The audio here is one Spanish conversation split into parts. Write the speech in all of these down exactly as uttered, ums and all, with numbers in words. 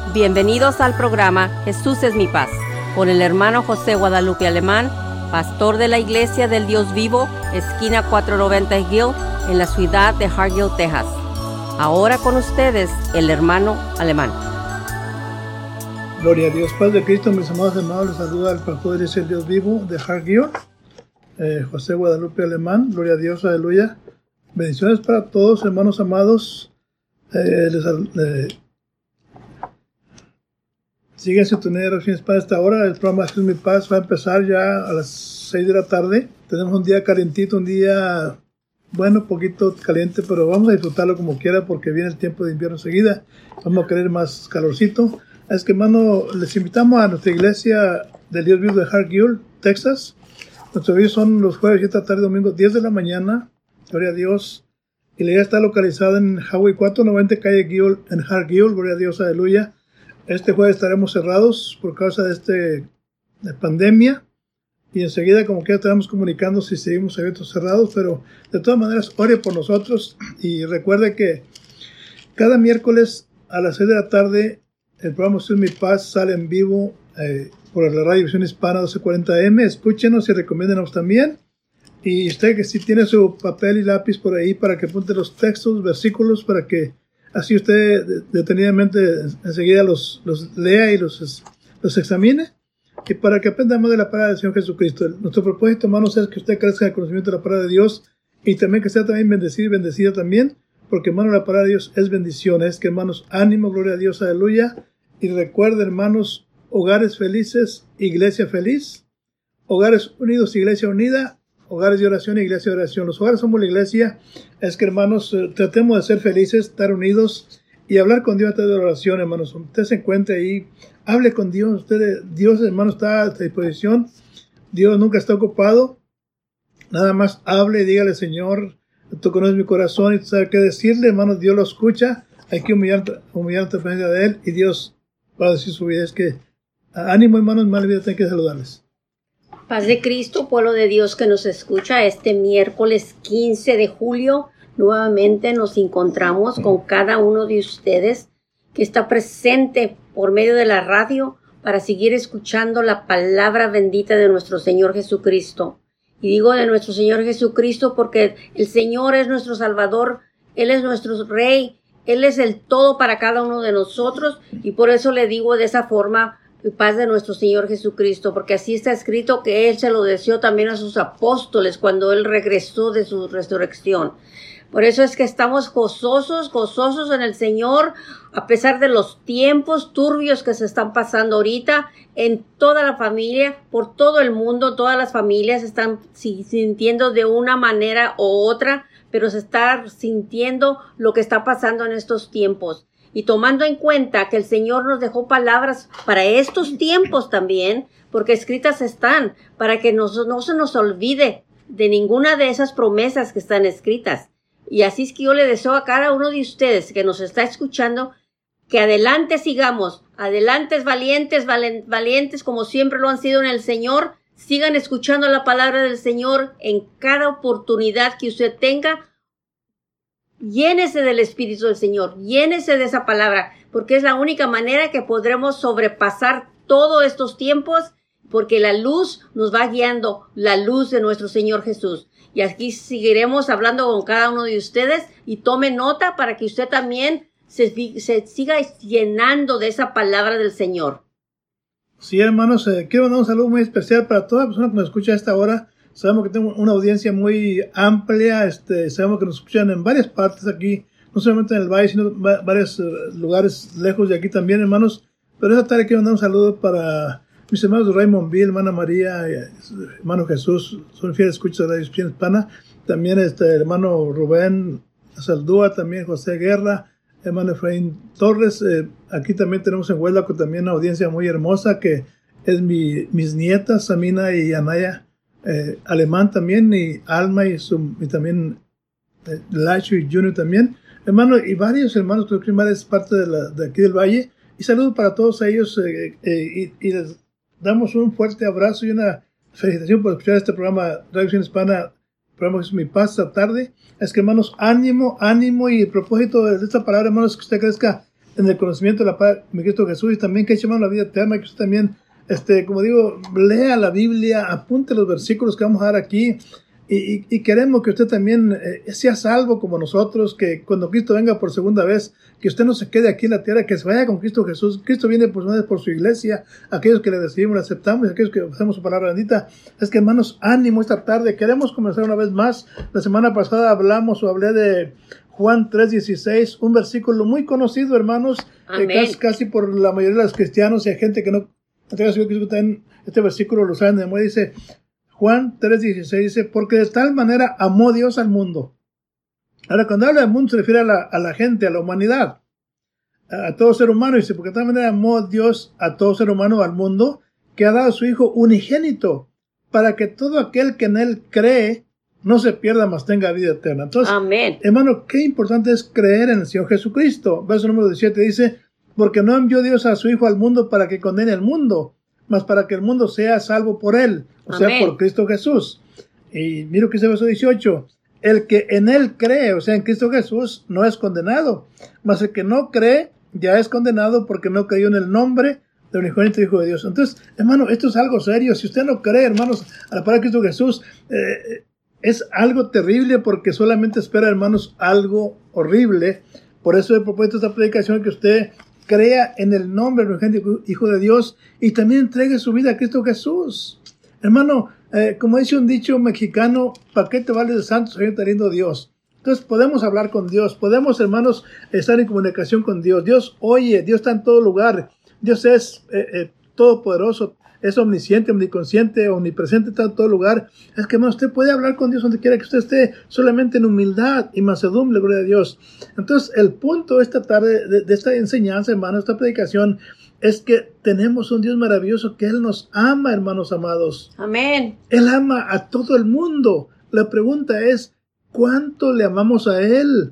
Bienvenidos al programa Jesús es mi paz, con el hermano José Guadalupe Alemán, pastor de la Iglesia del Dios Vivo, esquina cuatrocientos noventa Hill, en la ciudad de Hargill, Texas. Ahora con ustedes, el hermano Alemán. Gloria a Dios, Padre de Cristo, mis amados hermanos, les saluda el pastor de la Iglesia del Dios Vivo de Hargill, eh, José Guadalupe Alemán. Gloria a Dios, aleluya. Bendiciones para todos, hermanos amados. Eh, les, eh, Sigue su sintonía para esta hora. El programa Jesús mi paz va a empezar ya a las seis de la tarde. Tenemos un día calientito, un día, bueno, poquito caliente, pero vamos a disfrutarlo como quiera porque viene el tiempo de invierno enseguida. Vamos a querer más calorcito. Es que, hermano, les invitamos a nuestra iglesia del Dios Vivo de Hargill, Texas. Nuestros vídeos son los jueves, siete de la tarde, domingo, diez de la mañana. Gloria a Dios. Y la iglesia está localizada en Highway cuatrocientos noventa, calle Gill, en Hargill. Gloria a Dios, aleluya. Este jueves estaremos cerrados por causa de esta de pandemia. Y enseguida, como que ya estaremos comunicando si seguimos abiertos cerrados. Pero de todas maneras, ore por nosotros. Y recuerde que cada miércoles a las seis de la tarde, el programa Jesús mi paz sale en vivo eh, por la radio Visión Hispana doce cuarenta eme. Escúchenos y recomiéndenos también. Y usted que si tiene su papel y lápiz por ahí para que apunte los textos, versículos, para que así usted detenidamente enseguida los, los lea y los, los examine, y para que aprenda más de la palabra del Señor Jesucristo. Nuestro propósito, hermanos, es que usted crezca en el conocimiento de la palabra de Dios y también que sea también bendecido y bendecida también, porque, hermanos, la palabra de Dios es bendición. Es que, hermanos, ánimo, gloria a Dios, aleluya. Y recuerden, hermanos, hogares felices, iglesia feliz, hogares unidos, iglesia unida, hogares de oración, iglesia de oración. Los hogares somos la iglesia. Es que, hermanos, eh, tratemos de ser felices, estar unidos y hablar con Dios a través de la oración, hermanos. Usted se encuentre ahí, hable con Dios. Usted, Dios, hermano, está a disposición. Dios nunca está ocupado. Nada más hable y dígale, Señor, tú conoces mi corazón y tú sabes qué decirle, hermanos. Dios lo escucha. Hay que humillar, humillar ante la presencia de Él y Dios va a decir su vida. Es que, ánimo, hermanos, más vida, tengo que saludarles. Paz de Cristo, pueblo de Dios que nos escucha, este miércoles quince de julio, nuevamente nos encontramos con cada uno de ustedes que está presente por medio de la radio para seguir escuchando la palabra bendita de nuestro Señor Jesucristo. Y digo de nuestro Señor Jesucristo porque el Señor es nuestro Salvador, Él es nuestro Rey, Él es el todo para cada uno de nosotros, y por eso le digo de esa forma, paz de nuestro Señor Jesucristo, porque así está escrito que Él se lo deseó también a sus apóstoles cuando Él regresó de su resurrección. Por eso es que estamos gozosos, gozosos en el Señor, a pesar de los tiempos turbios que se están pasando ahorita en toda la familia, por todo el mundo. Todas las familias están sintiendo de una manera u otra, pero se está sintiendo lo que está pasando en estos tiempos. Y tomando en cuenta que el Señor nos dejó palabras para estos tiempos también, porque escritas están, para que nos, no se nos olvide de ninguna de esas promesas que están escritas. Y así es que yo le deseo a cada uno de ustedes que nos está escuchando, que adelante sigamos, adelante valientes, valientes como siempre lo han sido en el Señor. Sigan escuchando la palabra del Señor en cada oportunidad que usted tenga. Llénese del Espíritu del Señor, llénese de esa palabra, porque es la única manera que podremos sobrepasar todos estos tiempos, porque la luz nos va guiando, la luz de nuestro Señor Jesús. Y aquí seguiremos hablando con cada uno de ustedes, y tome nota para que usted también se, se siga llenando de esa palabra del Señor. Sí, hermanos, eh, quiero mandar un saludo muy especial para toda persona que nos escucha a esta hora. Sabemos que tenemos una audiencia muy amplia, este, sabemos que nos escuchan en varias partes aquí, no solamente en el valle, sino en varios uh, lugares lejos de aquí también, hermanos. Pero esta tarde quiero mandar un saludo para mis hermanos de Raymondville, hermana María, hermano Jesús, son fieles escuchas de la Visión Hispana. También este hermano Rubén Saldúa, también José Guerra, hermano Efraín Torres. Eh, aquí también tenemos en Huelva también una audiencia muy hermosa que es mi, mis nietas, Samina y Anaya. Eh, Alemán también, y Alma y, su, y también eh, Lacho y Junior también, hermano, y varios hermanos que en varias partes de, la, de aquí del valle, y saludos para todos ellos, eh, eh, y, y les damos un fuerte abrazo y una felicitación por escuchar este programa Radio Visión Hispana, programa Jesús mi paz esta tarde. Es que, hermanos, ánimo, ánimo, y el propósito de esta palabra, hermanos, es que usted crezca en el conocimiento de la paz de Cristo Jesús, y también que llamamos la vida eterna, que usted también, este, como digo, lea la Biblia, apunte los versículos que vamos a dar aquí, y, y, y queremos que usted también eh, sea salvo como nosotros, que cuando Cristo venga por segunda vez, que usted no se quede aquí en la tierra, que se vaya con Cristo Jesús. Cristo viene por, por su iglesia, aquellos que le recibimos, le aceptamos, y aquellos que hacemos su palabra bendita. Es que, hermanos, ánimo esta tarde, queremos comenzar una vez más. La semana pasada hablamos o hablé de Juan tres dieciséis, un versículo muy conocido, hermanos, eh, casi, casi por la mayoría de los cristianos, y hay gente que no, este versículo lo saben de memoria. Dice Juan tres dieciséis, dice, porque de tal manera amó Dios al mundo. Ahora, cuando habla del mundo se refiere a la, a la gente, a la humanidad, a, a todo ser humano. Dice, porque de tal manera amó Dios a todo ser humano, al mundo, que ha dado a su Hijo unigénito, para que todo aquel que en Él cree no se pierda, mas tenga vida eterna. Entonces, amén. Hermano, qué importante es creer en el Señor Jesucristo. Verso número diecisiete dice, porque no envió Dios a su Hijo al mundo para que condene al mundo, mas para que el mundo sea salvo por Él, o amén, sea, por Cristo Jesús. Y miro que dice verso dieciocho, el que en Él cree, o sea, en Cristo Jesús, no es condenado, mas el que no cree ya es condenado porque no creyó en el nombre del unigénito Hijo de Dios. Entonces, hermano, esto es algo serio. Si usted no cree, hermanos, a la palabra de Cristo Jesús, eh, es algo terrible, porque solamente espera, hermanos, algo horrible. Por eso he propuesto esta predicación, que usted crea en el nombre del unigénito Hijo de Dios y también entregue su vida a Cristo Jesús. Hermano, eh, como dice un dicho mexicano, ¿para qué te vale de santo si te lindo Dios? Entonces podemos hablar con Dios, podemos, hermanos, estar en comunicación con Dios. Dios oye, Dios está en todo lugar. Dios es eh, eh, todopoderoso, es omnisciente, omniconsciente, omnipresente, está en todo lugar. Es que, hermano, usted puede hablar con Dios donde quiera que usted esté, solamente en humildad y mansedumbre, gloria a Dios. Entonces, el punto esta tarde de, de esta enseñanza, hermano, esta predicación, es que tenemos un Dios maravilloso, que Él nos ama, hermanos amados. Amén. Él ama a todo el mundo. La pregunta es, ¿cuánto le amamos a Él?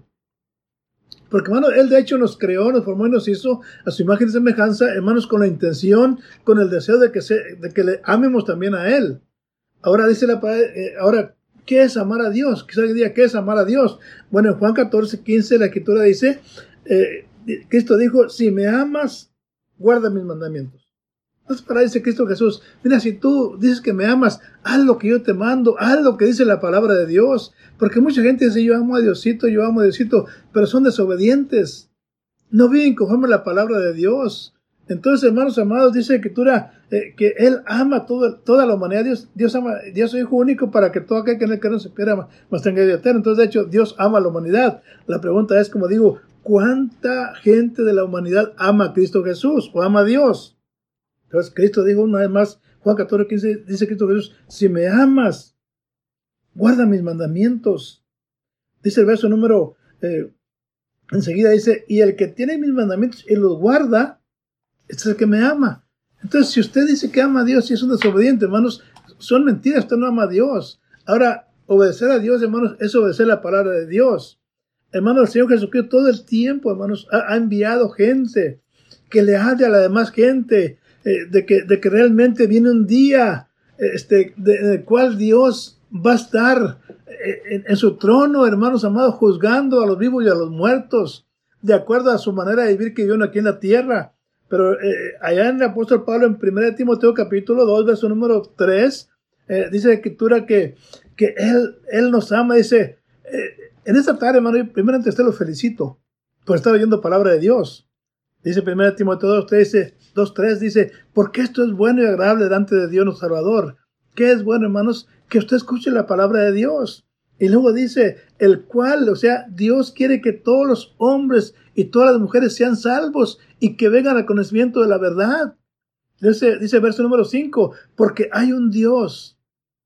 Porque, hermano, Él de hecho nos creó, nos formó y nos hizo a su imagen y semejanza, hermanos, con la intención, con el deseo de que, se, de que le amemos también a Él. Ahora dice la palabra, eh, ahora, ¿qué es amar a Dios? Quizás alguien diga, ¿qué es amar a Dios? Bueno, en Juan catorce, quince, la Escritura dice, eh, Cristo dijo, si me amas, guarda mis mandamientos. Entonces, para dice Cristo Jesús, mira, si tú dices que me amas, haz lo que yo te mando, haz lo que dice la palabra de Dios. Porque mucha gente dice, yo amo a Diosito, yo amo a Diosito, pero son desobedientes. No viven conforme a la palabra de Dios. Entonces, hermanos amados, dice la Escritura eh, que Él ama todo, toda la humanidad. Dios, Dios ama, Dios es su Hijo único para que todo aquel que en Él cree no se pierda, mas tenga vida eterna. Entonces, de hecho, Dios ama a la humanidad. La pregunta es, como digo, ¿cuánta gente de la humanidad ama a Cristo Jesús o ama a Dios? Entonces, Cristo dijo una vez más, Juan catorce, quince, dice Cristo Jesús, si me amas, guarda mis mandamientos. Dice el verso número, eh, enseguida dice, y el que tiene mis mandamientos y los guarda, este es el que me ama. Entonces, si usted dice que ama a Dios y es un desobediente, hermanos, son mentiras, usted no ama a Dios. Ahora, obedecer a Dios, hermanos, es obedecer la palabra de Dios. Hermanos, el Señor Jesucristo todo el tiempo, hermanos, ha, ha enviado gente que le hable a la demás gente, eh, de, que, de que realmente viene un día este, de, en el cual Dios va a estar en, en su trono, hermanos amados, juzgando a los vivos y a los muertos, de acuerdo a su manera de vivir que vivieron aquí en la tierra. Pero eh, allá en el apóstol Pablo, en primera de Timoteo capítulo dos, verso número tres, eh, dice la Escritura que, que él, él nos ama. Dice, eh, en esta tarde, hermano, primero antes te lo felicito por estar oyendo palabra de Dios. Dice primera de Timoteo dos, dice, dos, tres, dice, porque esto es bueno y agradable delante de Dios nuestro Salvador. ¿Qué es bueno, hermanos? Que usted escuche la palabra de Dios. Y luego dice, el cual, o sea, Dios quiere que todos los hombres y todas las mujeres sean salvos y que vengan al conocimiento de la verdad. Dice, dice el verso número cinco, porque hay un Dios,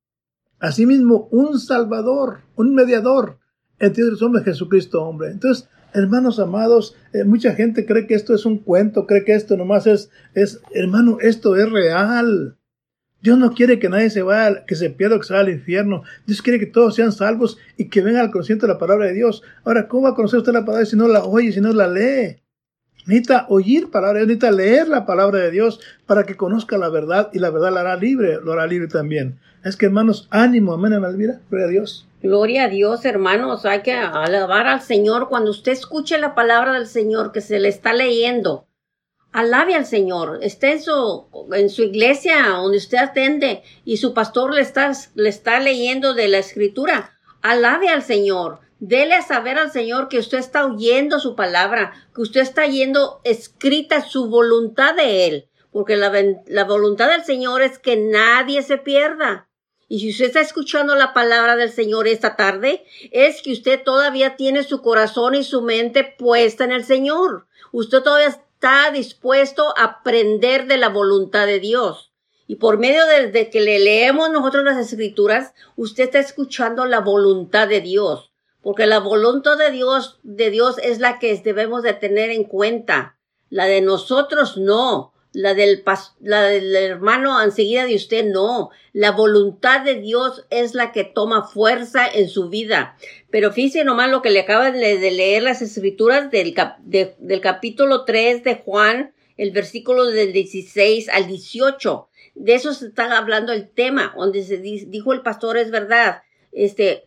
asimismo un Salvador, un mediador entre los hombres, Jesucristo, hombre. Entonces, hermanos amados, eh, mucha gente cree que esto es un cuento, cree que esto nomás es, es, hermano, esto es real. Dios no quiere que nadie se vaya, que se pierda o que se vaya al infierno. Dios quiere que todos sean salvos y que vengan al conocimiento de la palabra de Dios. Ahora, ¿cómo va a conocer usted la palabra si no la oye, si no la lee? Necesita oír palabra de Dios, necesita leer la palabra de Dios para que conozca la verdad y la verdad la hará libre, lo hará libre también. Es que hermanos, ánimo, amén, Elvira, gloria a Dios. Gloria a Dios, hermanos, hay que alabar al Señor. Cuando usted escuche la palabra del Señor que se le está leyendo, alabe al Señor. Esté en su, en su iglesia donde usted atende y su pastor le está, le está leyendo de la Escritura. Alabe al Señor. Dele a saber al Señor que usted está oyendo su palabra, que usted está oyendo escrita su voluntad de Él. Porque la, la voluntad del Señor es que nadie se pierda. Y si usted está escuchando la palabra del Señor esta tarde, es que usted todavía tiene su corazón y su mente puesta en el Señor. Usted todavía está dispuesto a aprender de la voluntad de Dios. Y por medio de, de que le leemos nosotros las Escrituras, usted está escuchando la voluntad de Dios. Porque la voluntad de Dios, de Dios es la que debemos de tener en cuenta. La de nosotros no. La del, la del hermano enseguida de usted no. La voluntad de Dios es la que toma fuerza en su vida. Pero fíjese nomás lo que le acaban de, de leer las Escrituras del, cap, de, del capítulo tres de Juan, el versículo del dieciséis al dieciocho. De eso se está hablando el tema, donde se dijo el pastor, es verdad, este...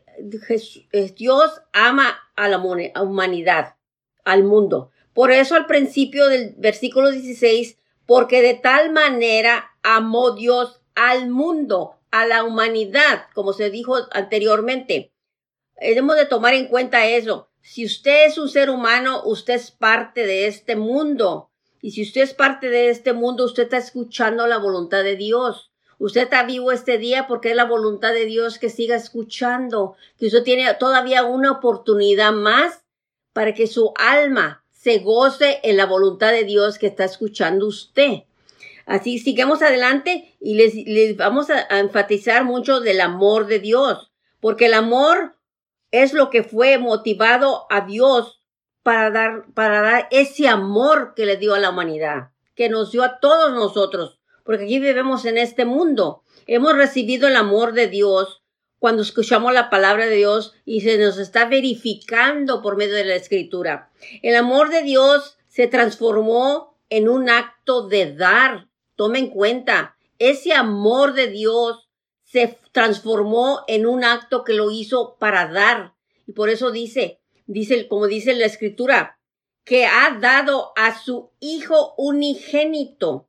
Dios ama a la humanidad, al mundo. Por eso al principio del versículo dieciséis, porque de tal manera amó Dios al mundo, a la humanidad, como se dijo anteriormente. Debemos de tomar en cuenta eso. Si usted es un ser humano, usted es parte de este mundo. Y si usted es parte de este mundo, usted está escuchando la voluntad de Dios. Usted está vivo este día porque es la voluntad de Dios que siga escuchando, que usted tiene todavía una oportunidad más para que su alma se goce en la voluntad de Dios que está escuchando usted. Así, sigamos adelante y les, les vamos a, a enfatizar mucho del amor de Dios, porque el amor es lo que fue motivado a Dios para dar, para dar ese amor que le dio a la humanidad, que nos dio a todos nosotros. Porque aquí vivimos en este mundo. Hemos recibido el amor de Dios cuando escuchamos la palabra de Dios y se nos está verificando por medio de la Escritura. El amor de Dios se transformó en un acto de dar. Tomen en cuenta, ese amor de Dios se transformó en un acto que lo hizo para dar. Y por eso dice, dice, como dice la Escritura, que ha dado a su Hijo unigénito.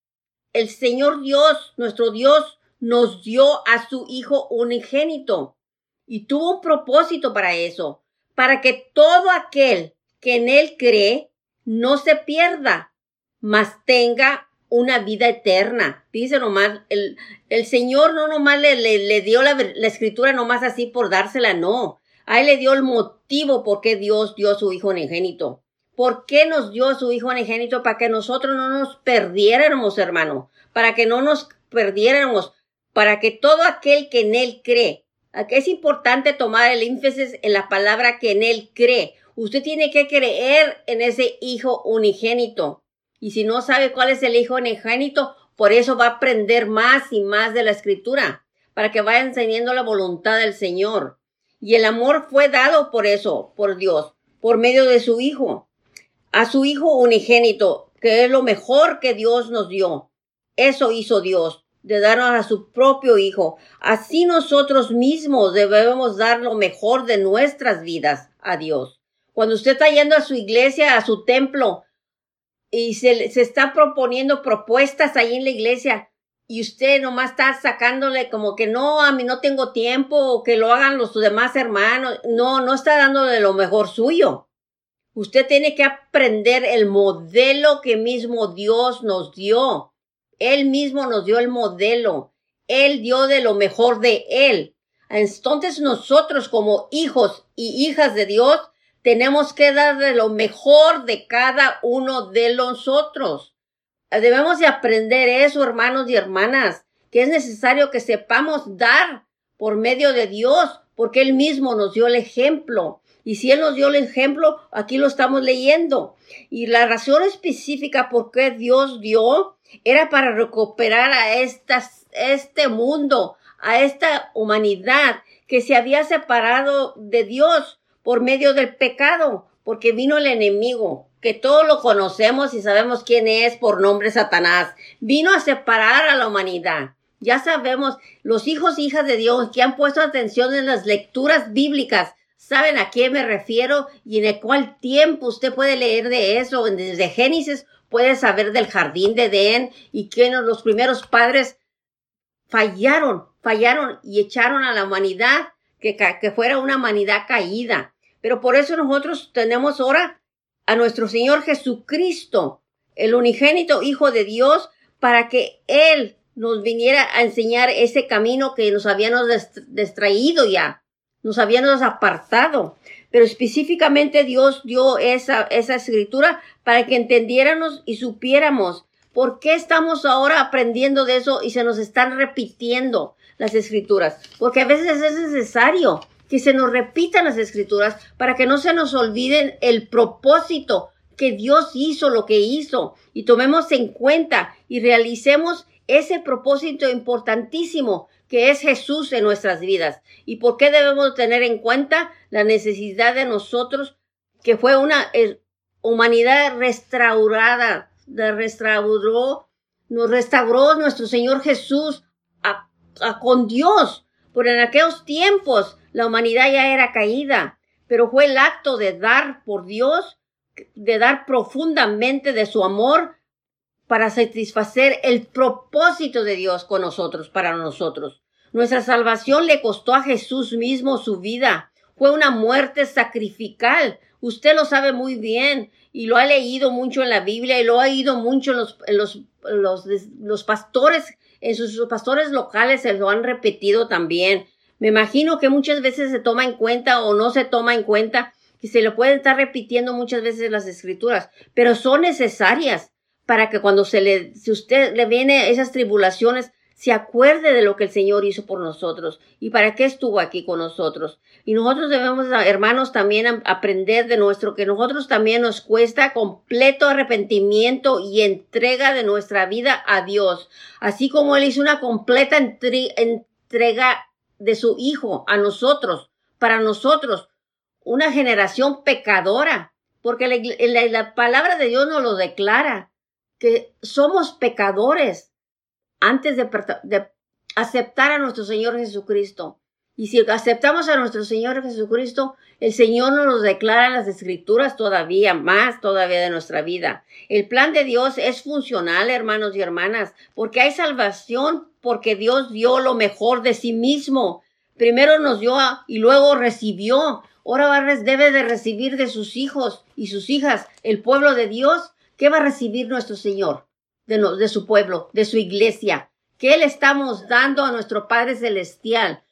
El Señor Dios, nuestro Dios, nos dio a su Hijo unigénito y tuvo un propósito para eso, para que todo aquel que en Él cree no se pierda, mas tenga una vida eterna. Dice nomás, el, el Señor no nomás le, le, le dio la, la Escritura nomás así por dársela, no. A Él le dio el motivo por qué Dios dio a su Hijo unigénito. ¿Por qué nos dio a su Hijo unigénito? Para que nosotros no nos perdiéramos, hermano. Para que no nos perdiéramos. Para que todo aquel que en Él cree. Aquí es importante tomar el énfasis en la palabra que en Él cree. Usted tiene que creer en ese Hijo unigénito. Y si no sabe cuál es el Hijo unigénito, por eso va a aprender más y más de la Escritura. Para que vaya enseñando la voluntad del Señor. Y el amor fue dado por eso, por Dios, por medio de su Hijo. A su Hijo unigénito, que es lo mejor que Dios nos dio. Eso hizo Dios, de darnos a su propio Hijo. Así nosotros mismos debemos dar lo mejor de nuestras vidas a Dios. Cuando usted está yendo a su iglesia, a su templo, y se, se está proponiendo propuestas ahí en la iglesia, y usted nomás está sacándole como que no, a mí no tengo tiempo, o que lo hagan los demás hermanos. No, no está dándole lo mejor suyo. Usted tiene que aprender el modelo que mismo Dios nos dio. Él mismo nos dio el modelo. Él dio de lo mejor de Él. Entonces nosotros como hijos y hijas de Dios tenemos que dar de lo mejor de cada uno de nosotros. Debemos de aprender eso, hermanos y hermanas, que es necesario que sepamos dar por medio de Dios, porque Él mismo nos dio el ejemplo. Y si Él nos dio el ejemplo, aquí lo estamos leyendo. Y la razón específica por qué Dios dio era para recuperar a estas, este mundo, a esta humanidad que se había separado de Dios por medio del pecado, porque vino el enemigo. que todos lo conocemos y sabemos quién es por nombre Satanás. Vino a separar a la humanidad. Ya sabemos, los hijos e hijas de Dios que han puesto atención en las lecturas bíblicas, saben a qué me refiero y en el cual tiempo usted puede leer de eso. Desde Génesis puede saber del jardín de Edén y que los primeros padres fallaron, fallaron y echaron a la humanidad, que, que fuera una humanidad caída. Pero por eso nosotros tenemos ahora a nuestro Señor Jesucristo, el unigénito Hijo de Dios, para que Él nos viniera a enseñar ese camino que nos habíamos distraído ya, nos habíamos apartado. Pero específicamente Dios dio esa, esa escritura para que entendiéramos y supiéramos por qué estamos ahora aprendiendo de eso y se nos están repitiendo las escrituras. Porque a veces es necesario que se nos repitan las escrituras para que no se nos olviden el propósito que Dios hizo, lo que hizo, y tomemos en cuenta y realicemos ese propósito importantísimo que es Jesús en nuestras vidas. ¿Y por qué debemos tener en cuenta la necesidad de nosotros, que fue una eh, humanidad restaurada, de restauró, nos restauró nuestro Señor Jesús a, a, con Dios? Porque en aquellos tiempos la humanidad ya era caída, pero fue el acto de dar por Dios, de dar profundamente de su amor para satisfacer el propósito de Dios con nosotros, para nosotros. Nuestra salvación le costó a Jesús mismo su vida. Fue una muerte sacrificial. Usted lo sabe muy bien y lo ha leído mucho en la Biblia y lo ha oído mucho en los, en los, en los, los pastores, en sus pastores locales se lo han repetido también. Me imagino que muchas veces se toma en cuenta o no se toma en cuenta, que se le pueden estar repitiendo muchas veces las escrituras, pero son necesarias para que cuando se le, si usted le viene esas tribulaciones, se acuerde de lo que el Señor hizo por nosotros y para qué estuvo aquí con nosotros. Y nosotros debemos, hermanos, también aprender de nuestro, que nosotros también nos cuesta completo arrepentimiento y entrega de nuestra vida a Dios. Así como Él hizo una completa entre, entrega de su Hijo a nosotros, para nosotros, una generación pecadora, porque la, la, la palabra de Dios nos lo declara, que somos pecadores antes de, de aceptar a nuestro Señor Jesucristo. Y si aceptamos a nuestro Señor Jesucristo, el Señor nos lo declara en las Escrituras todavía más, todavía de nuestra vida. El plan de Dios es funcional, hermanos y hermanas, porque hay salvación, porque Dios dio lo mejor de sí mismo. Primero nos dio y luego recibió. Ahora debe de recibir de sus hijos y sus hijas, el pueblo de Dios. ¿Qué va a recibir nuestro Señor de, no, de su pueblo, de su iglesia? ¿Qué le estamos dando a nuestro Padre Celestial?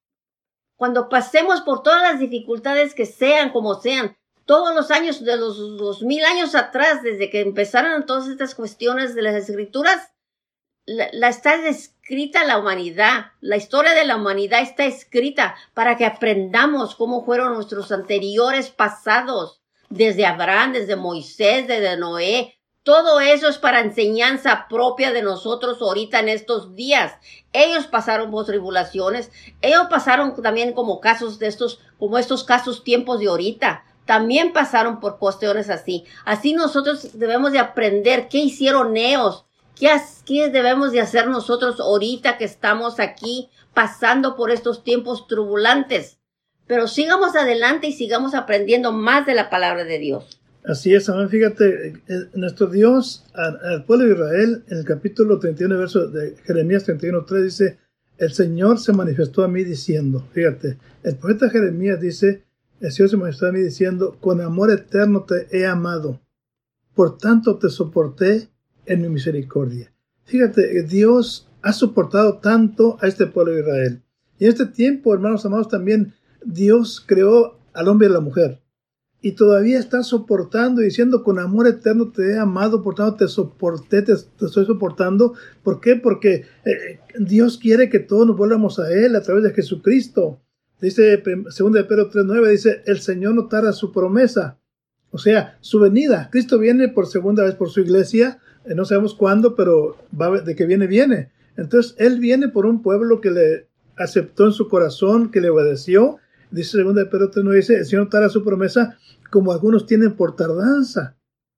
Cuando pasemos por todas las dificultades que sean como sean, todos los años de los dos mil años atrás, desde que empezaron todas estas cuestiones de las Escrituras, la, la está escrita la humanidad, la historia de la humanidad está escrita para que aprendamos cómo fueron nuestros anteriores pasados. Desde Abraham, desde Moisés, desde Noé, todo eso es para enseñanza propia de nosotros ahorita en estos días. Ellos pasaron por tribulaciones, ellos pasaron también como casos de estos, como estos casos tiempos de ahorita. También pasaron por cuestiones así. Así nosotros debemos de aprender qué hicieron ellos, qué, qué debemos de hacer nosotros ahorita que estamos aquí pasando por estos tiempos turbulentes. Pero sigamos adelante y sigamos aprendiendo más de la palabra de Dios. Así es, amén. Fíjate, nuestro Dios al pueblo de Israel, en el capítulo treinta y uno, verso de Jeremías treinta y uno, tres, dice, el Señor se manifestó a mí diciendo, fíjate, el profeta Jeremías dice, el Señor se manifestó a mí diciendo, con amor eterno te he amado, por tanto te soporté en mi misericordia. Fíjate, Dios ha soportado tanto a este pueblo de Israel. Y en este tiempo, hermanos amados, también Dios creó al hombre y a la mujer. Y todavía está soportando y diciendo, con amor eterno te he amado, por tanto te soporté, te, te estoy soportando. ¿Por qué? Porque eh, Dios quiere que todos nos volvamos a Él a través de Jesucristo. Dice, segunda de Pedro tres nueve, dice, el Señor no tarda su promesa. O sea, su venida. Cristo viene por segunda vez por su iglesia. Eh, no sabemos cuándo, pero va, de que viene, viene. Entonces, Él viene por un pueblo que le aceptó en su corazón, que le obedeció. Dice segunda de Pedro tres nueve, dice, el Señor no tarda su promesa, como algunos tienen por tardanza.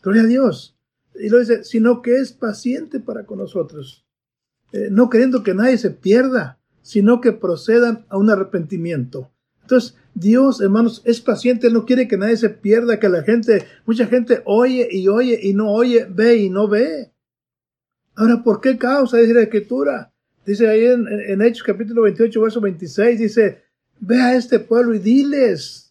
Gloria a Dios. Y lo dice, sino que es paciente para con nosotros, eh, no queriendo que nadie se pierda, sino que procedan a un arrepentimiento. Entonces, Dios, hermanos, es paciente. Él no quiere que nadie se pierda, que la gente, mucha gente oye y oye y no oye, ve y no ve. Ahora, ¿por qué causa? Dice la Escritura. Dice ahí en, en Hechos capítulo veintiocho, verso veintiséis, dice, ve a este pueblo y diles.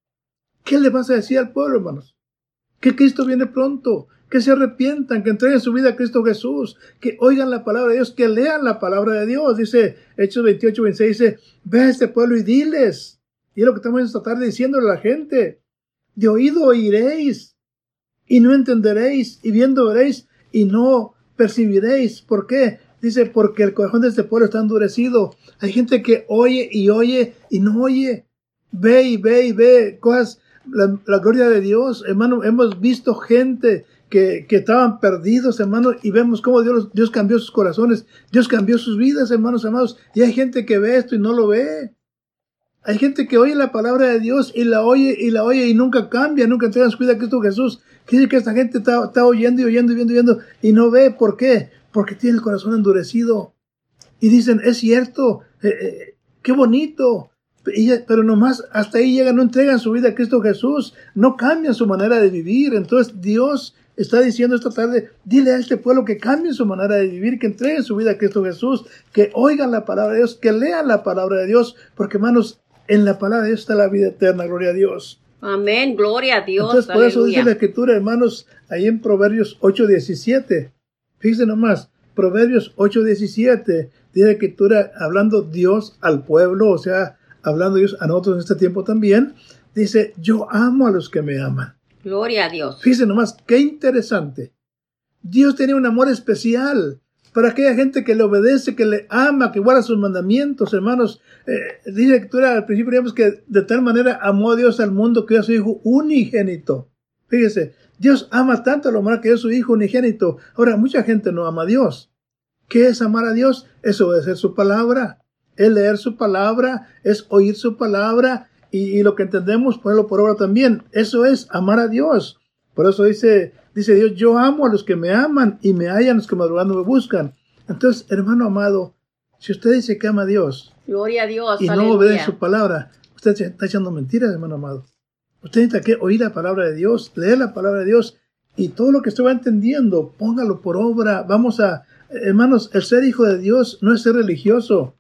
¿Qué le vas a decir al pueblo, hermanos? Que Cristo viene pronto, que se arrepientan, que entreguen su vida a Cristo Jesús, que oigan la palabra de Dios, que lean la palabra de Dios. Dice Hechos veintiocho, veintiséis, dice, ve a este pueblo y diles. Y es lo que estamos esta tarde diciéndole a la gente. De oído oiréis y no entenderéis, y viendo veréis y no percibiréis. ¿Por qué? Dice, porque el corazón de este pueblo está endurecido. Hay gente que oye y oye y no oye. Ve y ve y ve cosas, la, la gloria de Dios. Hermano, hemos visto gente que, que estaban perdidos, hermano, y vemos cómo Dios, Dios cambió sus corazones. Dios cambió sus vidas, hermanos amados. Y hay gente que ve esto y no lo ve. Hay gente que oye la palabra de Dios y la oye y la oye y nunca cambia, nunca entrega su vida a Cristo Jesús. Quiere decir que esta gente está, está oyendo y oyendo y viendo y viendo y no ve. ¿Por qué? Porque tiene el corazón endurecido. Y dicen, es cierto, eh, eh, qué bonito. Y, pero nomás hasta ahí llegan, no entregan su vida a Cristo Jesús, no cambian su manera de vivir. Entonces Dios está diciendo esta tarde, dile a este pueblo que cambien su manera de vivir, que entreguen su vida a Cristo Jesús, que oigan la palabra de Dios, que lean la palabra de Dios, porque hermanos, en la palabra de Dios está la vida eterna, gloria a Dios. Amén, gloria a Dios. Entonces, por aleluya. eso dice la Escritura, hermanos, ahí en Proverbios ocho diecisiete. Fíjense nomás, Proverbios ocho diecisiete, dice la Escritura, hablando Dios al pueblo, o sea, hablando Dios a nosotros en este tiempo también, dice, yo amo a los que me aman. Gloria a Dios. Fíjense nomás, qué interesante. Dios tenía un amor especial para aquella gente que le obedece, que le ama, que guarda sus mandamientos, hermanos. Eh, dice la Escritura, al principio digamos que de tal manera amó a Dios al mundo que dio a su Hijo unigénito. Fíjese, Dios ama tanto a la humanidad que dio a su Hijo unigénito. Ahora, mucha gente no ama a Dios. ¿Qué es amar a Dios? Es obedecer su palabra, es leer su palabra, es oír su palabra, y, y lo que entendemos, ponerlo por obra también. Eso es amar a Dios. Por eso dice, dice Dios, yo amo a los que me aman y me hallan los que madrugando me buscan. Entonces, hermano amado, si usted dice que ama a Dios, gloria a Dios, y aleluya, no obedece su palabra, usted está echando mentiras, hermano amado. Usted necesita que oír la palabra de Dios, leer la palabra de Dios, y todo lo que usted va entendiendo, póngalo por obra. Vamos a, hermanos, el ser hijo de Dios no es ser religioso.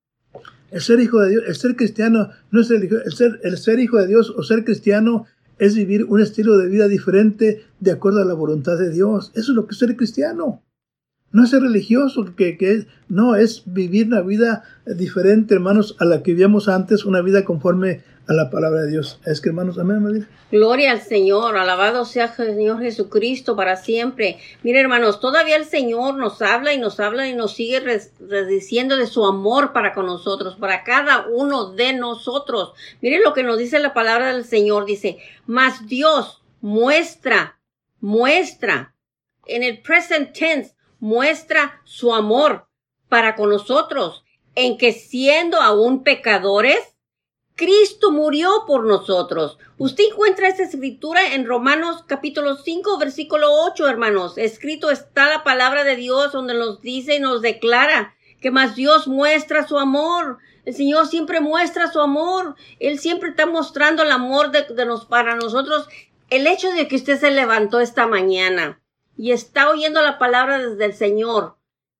El ser hijo de Dios, el ser cristiano no es religioso. El ser, el ser hijo de Dios o ser cristiano es vivir un estilo de vida diferente de acuerdo a la voluntad de Dios. Eso es lo que es ser cristiano. No es ser religioso, que, que es, no, es vivir una vida diferente, hermanos, a la que vivíamos antes, una vida conforme a la palabra de Dios. Es que, hermanos, amén, amén. Gloria al Señor, alabado sea el Señor Jesucristo para siempre. Mire, hermanos, todavía el Señor nos habla y nos habla y nos sigue res, res diciendo de su amor para con nosotros, para cada uno de nosotros. Mire lo que nos dice la palabra del Señor, dice, mas Dios muestra, muestra, en el present tense, muestra su amor para con nosotros, en que siendo aún pecadores, Cristo murió por nosotros. Usted encuentra esta escritura en Romanos capítulo cinco, versículo ocho, hermanos. Escrito está la palabra de Dios donde nos dice y nos declara que más Dios muestra su amor. El Señor siempre muestra su amor. Él siempre está mostrando el amor de, de nos, para nosotros. El hecho de que usted se levantó esta mañana y está oyendo la palabra desde el Señor,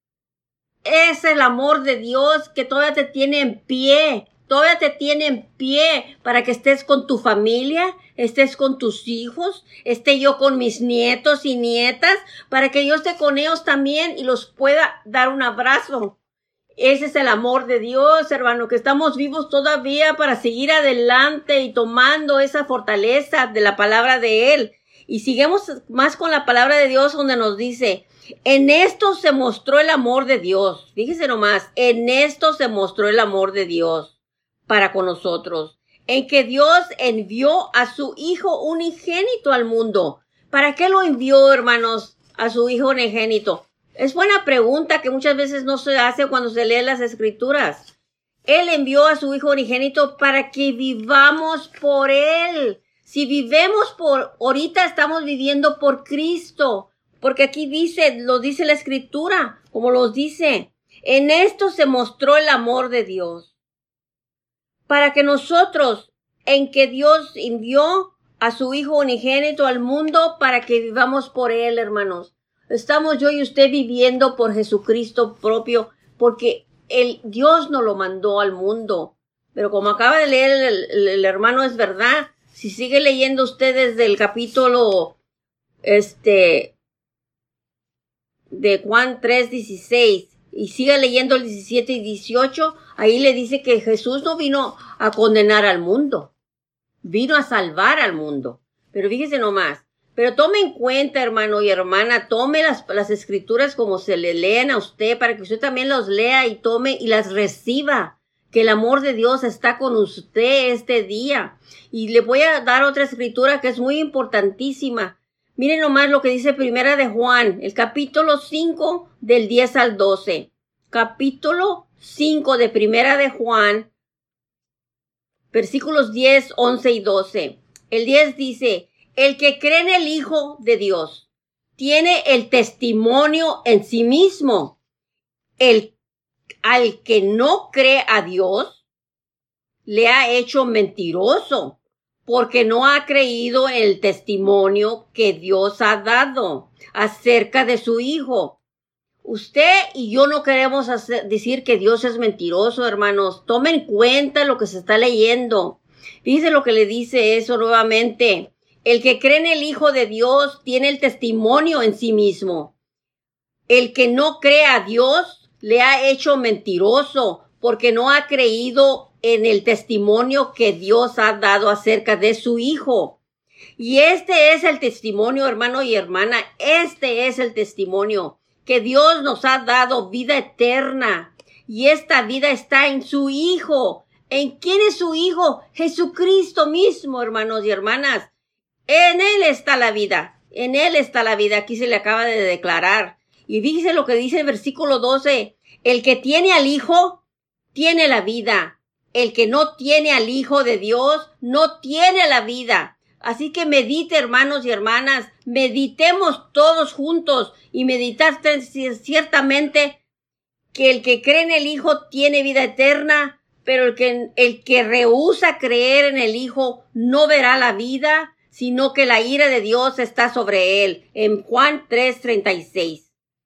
es el amor de Dios que todavía te tiene en pie. Todavía te tiene en pie para que estés con tu familia, estés con tus hijos, esté yo con mis nietos y nietas, para que yo esté con ellos también y los pueda dar un abrazo. Ese es el amor de Dios, hermano, que estamos vivos todavía para seguir adelante y tomando esa fortaleza de la palabra de Él. Y sigamos más con la palabra de Dios donde nos dice, en esto se mostró el amor de Dios. Fíjese nomás, en esto se mostró el amor de Dios para con nosotros, en que Dios envió a su Hijo unigénito al mundo. ¿Para qué lo envió, hermanos, a su Hijo unigénito? Es buena pregunta que muchas veces no se hace cuando se lee las Escrituras. Él envió a su Hijo unigénito para que vivamos por Él. Si vivemos por, ahorita estamos viviendo por Cristo, porque aquí dice, lo dice la Escritura, como los dice, en esto se mostró el amor de Dios, para que nosotros, en que Dios envió a su Hijo unigénito al mundo, para que vivamos por Él, hermanos. Estamos yo y usted viviendo por Jesucristo propio, porque el Dios nos lo mandó al mundo. Pero como acaba de leer el, el, el hermano, es verdad. Si sigue leyendo usted desde el capítulo este de Juan tres dieciséis y sigue leyendo el diecisiete y dieciocho, ahí le dice que Jesús no vino a condenar al mundo, vino a salvar al mundo. Pero fíjese nomás, pero tome en cuenta, hermano y hermana, tome las, las escrituras como se le leen a usted, para que usted también los lea y tome y las reciba, que el amor de Dios está con usted este día. Y le voy a dar otra escritura que es muy importantísima. Miren nomás lo que dice Primera de Juan, el capítulo cinco del diez al doce. Capítulo cinco de Primera de Juan, versículos diez, once y doce. El diez dice, el que cree en el Hijo de Dios tiene el testimonio en sí mismo. El, al que no cree a Dios le ha hecho mentiroso, porque no ha creído en el testimonio que Dios ha dado acerca de su Hijo. Usted y yo no queremos hacer, decir que Dios es mentiroso, hermanos. Tomen en cuenta lo que se está leyendo. Fíjense lo que le dice eso nuevamente. El que cree en el Hijo de Dios tiene el testimonio en sí mismo. El que no cree a Dios le ha hecho mentiroso, porque no ha creído en el testimonio que Dios ha dado acerca de su Hijo. Y este es el testimonio, hermano y hermana, este es el testimonio, que Dios nos ha dado vida eterna. Y esta vida está en su Hijo. ¿En quién es su Hijo? Jesucristo mismo, hermanos y hermanas. En Él está la vida, en Él está la vida, aquí se le acaba de declarar. Y fíjese lo que dice el versículo doce, el que tiene al Hijo, tiene la vida. El que no tiene al Hijo de Dios, no tiene la vida. Así que medite, hermanos y hermanas, meditemos todos juntos y meditar ciertamente que el que cree en el Hijo tiene vida eterna, pero el que, el que rehúsa creer en el Hijo no verá la vida, sino que la ira de Dios está sobre él. En Juan tres treinta y seis.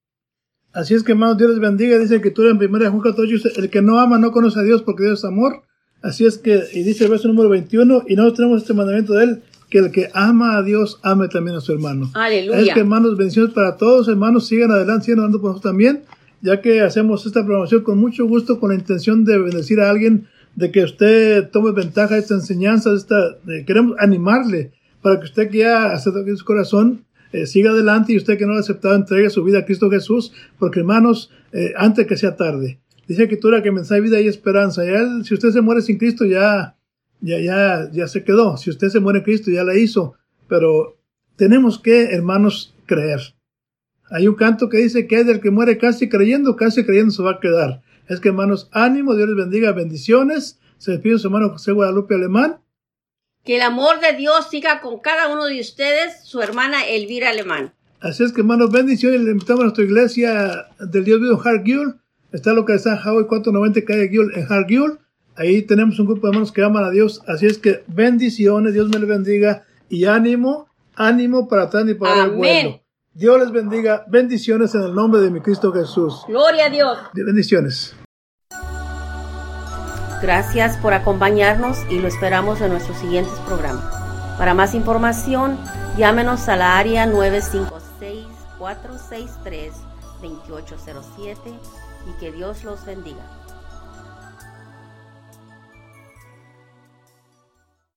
Así es que, hermanos, Dios les bendiga. Dice que tú en primera de Juan catorce, el que no ama no conoce a Dios, porque Dios es amor. Así es que, y dice el verso número veintiuno, y nosotros tenemos este mandamiento de él, que el que ama a Dios, ame también a su hermano. Aleluya. Es que, hermanos, bendiciones para todos, hermanos, sigan adelante, sigan orando por nosotros también, ya que hacemos esta programación con mucho gusto, con la intención de bendecir a alguien, de que usted tome ventaja de esta enseñanza, de esta, de, queremos animarle, para que usted que ya aceptó en su corazón, eh, siga adelante, y usted que no lo ha aceptado, entregue su vida a Cristo Jesús, porque, hermanos, eh, antes que sea tarde. Dice la Escritura que mensaje vida y esperanza. Y él, si usted se muere sin Cristo, ya, ya, ya, ya se quedó. Si usted se muere en Cristo, ya la hizo. Pero tenemos que, hermanos, creer. Hay un canto que dice que es del que muere casi creyendo, casi creyendo se va a quedar. Es que, hermanos, ánimo, Dios les bendiga, bendiciones. Se despide su hermano José Guadalupe Alemán. Que el amor de Dios siga con cada uno de ustedes, su hermana Elvira Alemán. Así es que, hermanos, bendiciones. Le invitamos a nuestra iglesia del Dios vivo en Hargill. Está localizada en Highway cuatrocientos noventa, calle Gill, en Hargill. Ahí tenemos un grupo de hermanos que aman a Dios. Así es que bendiciones, Dios me les bendiga. Y ánimo, ánimo para atrás y para el vuelo. Dios les bendiga. Bendiciones en el nombre de mi Cristo Jesús. Gloria a Dios. Bendiciones. Gracias por acompañarnos y lo esperamos en nuestros siguientes programas. Para más información, llámenos a la área nueve cinco seis, cuatro seis tres, dos ocho cero siete y que Dios los bendiga.